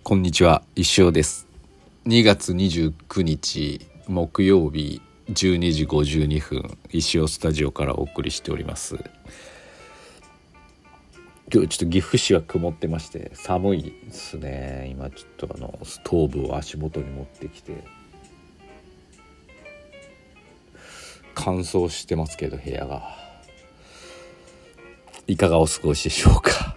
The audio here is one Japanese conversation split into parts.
こんにちは、石尾です。2月29日木曜日12時52分、石尾スタジオからお送りしております。今日ちょっと岐阜市は曇ってまして寒いですね。今ちょっとストーブを足元に持ってきて乾燥してますけど、部屋がいかがお過ごしでしょうか。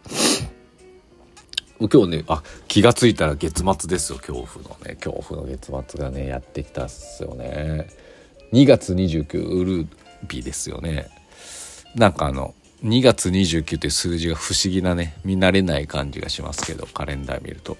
今日ね、気がついたら月末ですよ。恐怖の月末がねやってきたっすよね。2月29ウル日ですよね。なんか2月29っていう数字が不思議なね、見慣れない感じがしますけど、カレンダー見ると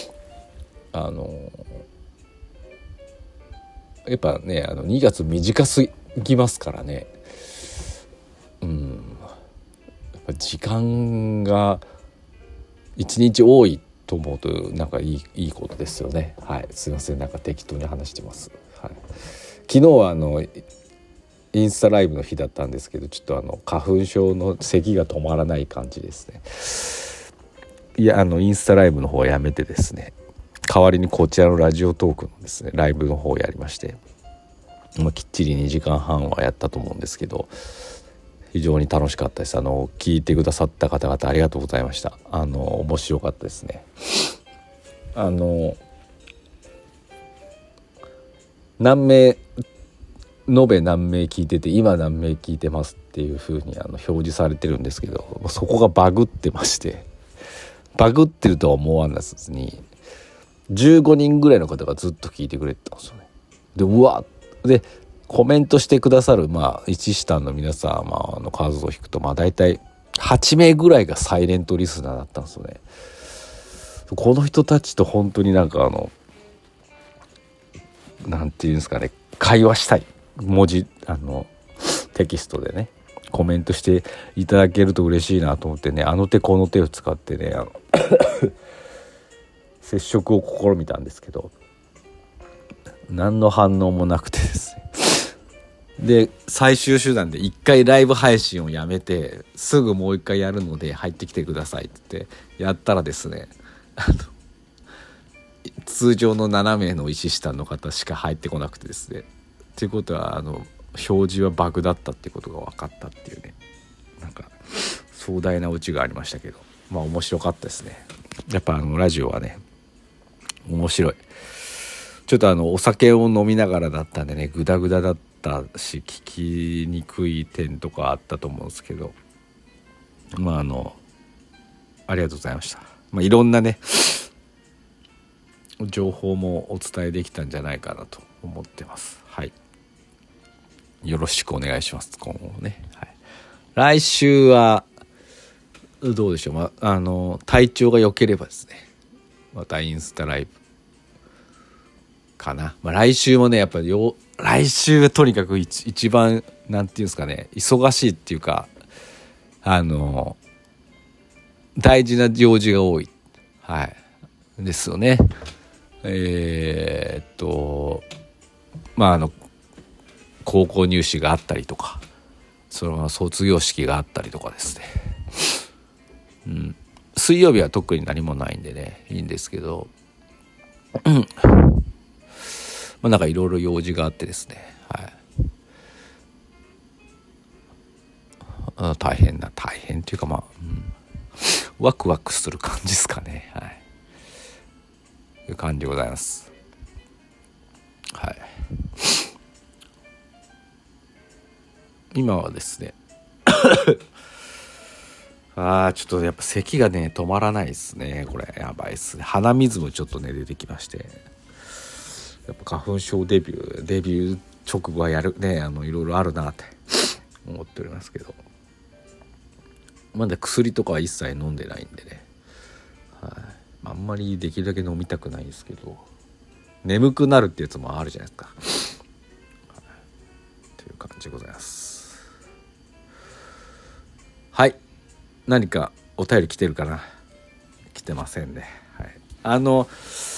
やっぱね2月短すぎますからね。やっぱ時間が1日多いと思うとなんかいいことですよね。はい、すいません、なんか適当に話してます。はい、昨日はインスタライブの日だったんですけど、ちょっと花粉症の咳が止まらない感じですね。いやインスタライブの方をやめてですね、代わりにこちらのラジオトークのですねライブの方をやりまして、きっちり2時間半はやったと思うんですけど、非常に楽しかったです。聞いてくださった方々ありがとうございました。面白かったですね。何名延べ何名聞いてて、今何名聞いてますっていう風に表示されてるんですけど、そこがバグってまして、バグってるとは思わずに15人ぐらいの方がずっと聞いてくれてたんですよね。でコメントしてくださる一下の皆様の数を引くとだいたい8名ぐらいがサイレントリスナーだったんですよね。この人たちと本当になんかなんていうんですかね、会話したい、文字テキストでねコメントしていただけると嬉しいなと思ってね、手この手を使ってね接触を試みたんですけど、何の反応もなくてですね。で最終手段で一回ライブ配信をやめてすぐもう一回やるので入ってきてくださいってやったらですね、通常の7名の石下の方しか入ってこなくてですね、っていうことは表示はバグだったっていうことが分かったっていうね、なんか壮大なオチがありましたけど、面白かったですね。やっぱラジオはね面白い。ちょっとお酒を飲みながらだったんでね、グダグダだったし聞きにくい点とかあったと思うんですけど、ありがとうございました。いろんなね情報もお伝えできたんじゃないかなと思ってます。はい、よろしくお願いします、今後もね。はい、来週はどうでしょう。体調が良ければですね、またインスタライブかな。来週もねやっぱり来週はとにかく一番なんていうんですかね、忙しいっていうか大事な用事が多い、はいですよね。高校入試があったりとか、その卒業式があったりとかですね。水曜日は特に何もないんでねいいんですけど、なんかいろいろ用事があってですね、大変っていうかワクワクする感じですかね。はい、いう感じでございます。はい、今はですねちょっとやっぱ咳がね止まらないですね。これやばいですね。鼻水もちょっとね出てきまして、やっぱ花粉症デビュー直後はやるね、いろいろあるなって思っておりますけど、まだ薬とかは一切飲んでないんでね、あんまりできるだけ飲みたくないんですけど、眠くなるってやつもあるじゃないですか。という感じでございます。はい、何かお便り来てるかな。来てませんね。はい、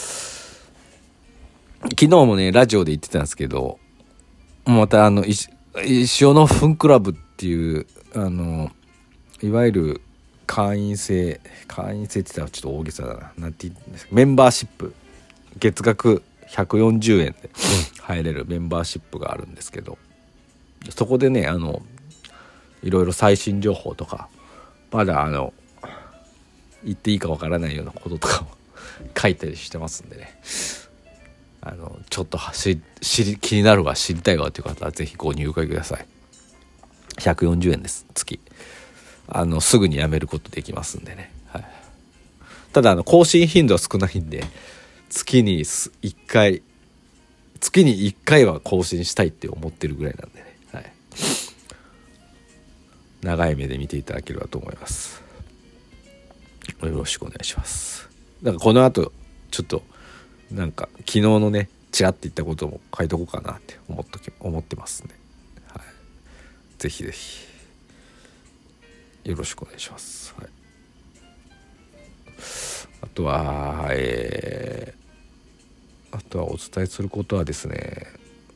昨日もねラジオで言ってたんですけど、また石尾のフンクラブっていういわゆる会員制って言ったらちょっと大げさだな。なんて言うんですか、メンバーシップ、月額140円で入れるメンバーシップがあるんですけど、そこでねいろいろ最新情報とか、まだ言っていいかわからないようなこととかも書いたりしてますんでね、ちょっと気になるわ、知りたいわという方はぜひご入会ください。140円です、月。すぐにやめることできますんでね、はい、ただ更新頻度は少ないんで、月に1回は更新したいって思ってるぐらいなんでね、はい、長い目で見ていただければと思います。よろしくお願いします。なんかこの後ちょっとなんか昨日のねチラッて言ったことも書いとこうかなって思ってますね、はい、ぜひぜひよろしくお願いします、はい、あとはお伝えすることはですね、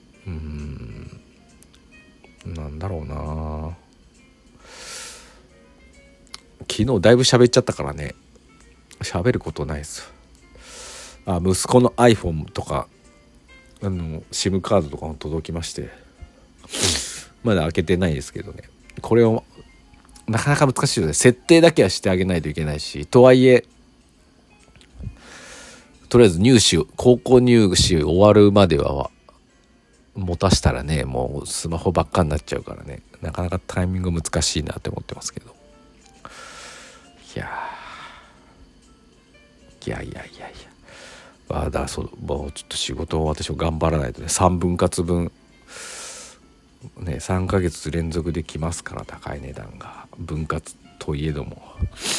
なんだろうな、昨日だいぶ喋っちゃったからね、喋ることないですよ。息子の iPhone とかSIM カードとかも届きまして、まだ開けてないですけどね、これをなかなか難しいよね。設定だけはしてあげないといけないし、とはいえとりあえず高校入試終わるまでは持たしたらね、もうスマホばっかになっちゃうからね、なかなかタイミング難しいなって思ってますけど、いやだからもうちょっと仕事を私も頑張らないとね、3分割分ね、3ヶ月連続で来ますから、高い値段が、分割といえども、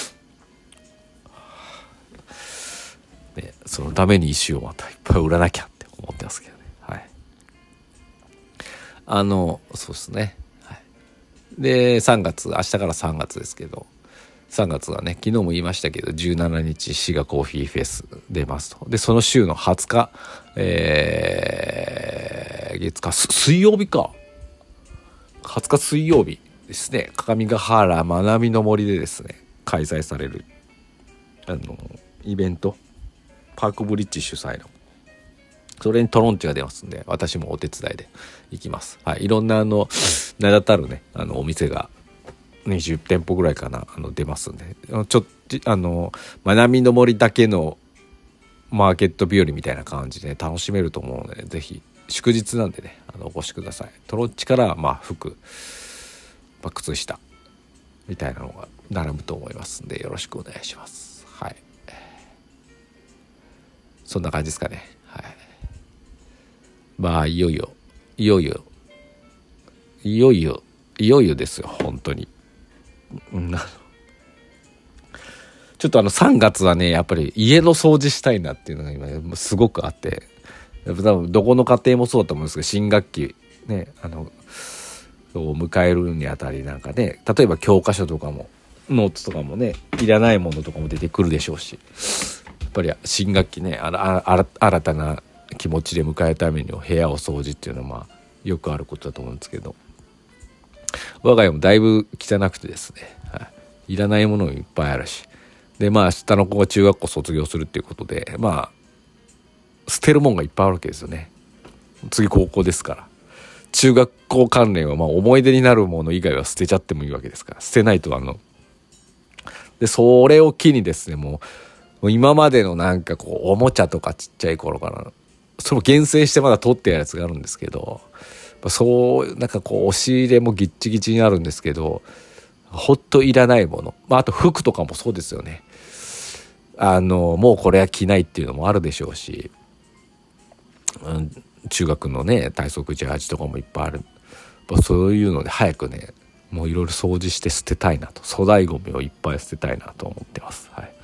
ね、そのために石をまたいっぱい売らなきゃって思ってますけどね、はい、そうですね、はい、で3月、明日から3月ですけど、3月はね、昨日も言いましたけど、17日滋賀コーヒーフェス出ますと。でその週の20日、水曜日か、20日水曜日ですね、各務原まなみの森でですね開催されるイベント、パークブリッジ主催の、それにトロンチが出ますんで、私もお手伝いで行きます、はい、いろんな名だたるねお店が20店舗ぐらいかな出ますんで、ちょっとまなみの森だけのマーケット日和みたいな感じで楽しめると思うので、ぜひ祝日なんでねお越しください。トロッチから服、靴下みたいなのが並ぶと思いますんで、よろしくお願いします。はい、そんな感じですかね。はい、いよいよですよ、本当に。ちょっと3月はね、やっぱり家の掃除したいなっていうのが今すごくあって、やっぱ多分どこの家庭もそうだと思うんですけど、新学期ねを迎えるにあたりなんかね、例えば教科書とかもノートとかもね、いらないものとかも出てくるでしょうし、やっぱり新学期ね、新たな気持ちで迎えるために部屋を掃除っていうのはよくあることだと思うんですけど、我が家もだいぶ汚くてですね、いらないものもいっぱいあるし、で下の子が中学校卒業するっていうことで、捨てるもんがいっぱいあるわけですよね。次高校ですから、中学校関連は思い出になるもの以外は捨てちゃってもいいわけですから、捨てないとでそれを機にですね、もう今までのおもちゃとかちっちゃい頃からそれを厳選してまだ取ってやるやつがあるんですけど、そう押し入れもギッチギチになるんですけど、ほっといらないもの、あと服とかもそうですよね。もうこれは着ないっていうのもあるでしょうし、中学のね体操服ジャージとかもいっぱいある。そういうので早くね、もういろいろ掃除して捨てたいなと、粗大ゴミをいっぱい捨てたいなと思ってます。はい、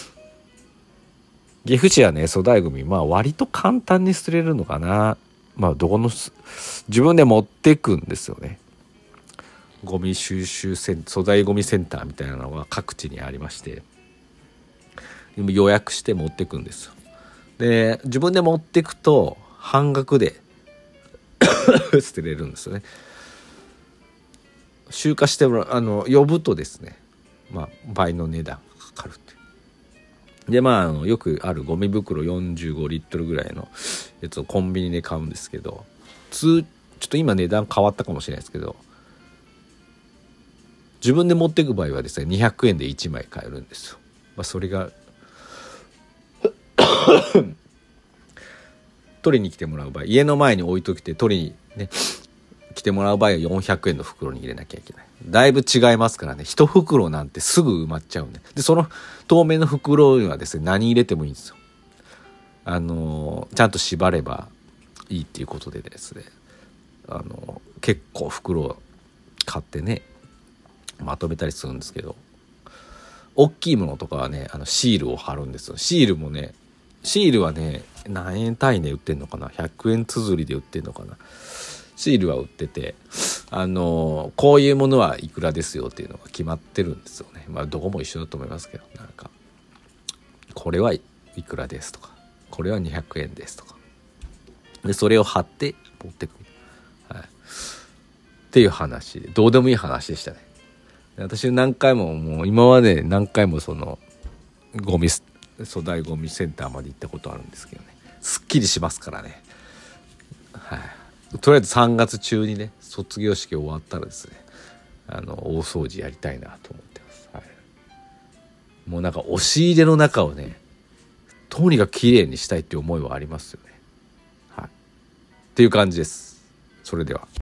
岐阜市はね、粗大ゴミ割と簡単に捨てれるのかな。どこの自分で持ってくんですよね。ゴミ収集粗大ゴミセンターみたいなのが各地にありまして、予約して持ってくんですよ。で自分で持ってくと半額で捨てれるんですよね。集荷してもら呼ぶとですね、 倍の値段がかかるって。でよくあるゴミ袋45リットルぐらいのやつをコンビニで買うんですけど、ちょっと今値段変わったかもしれないですけど、自分で持っていく場合はですね200円で1枚買えるんですよ。それが取りに来てもらう場合、家の前に置いときて取りにね来てもらう場合は400円の袋に入れなきゃいけない。だいぶ違いますからね。1袋なんてすぐ埋まっちゃうんで。でその透明の袋にはですね何入れてもいいんですよ。ちゃんと縛ればいいっていうことでですね、結構袋を買ってねまとめたりするんですけど、大きいものとかはねシールを貼るんですよ。シールはね何円単位で売ってんのかな、100円綴りで売ってんのかな。シールは売っててこういうものはいくらですよっていうのが決まってるんですよね。どこも一緒だと思いますけど、なんかこれはいくらですとか、これは200円ですとかで、それを貼って持ってくる、っていう話で、どうでもいい話でしたね。私もう今まで何回もその粗大ゴミセンターまで行ったことあるんですけどね、すっきりしますからね。とりあえず3月中にね卒業式終わったらですね大掃除やりたいなと思ってます。もうなんか押し入れの中をねとにかく綺麗にしたいっていう思いはありますよね。っていう感じです。それでは。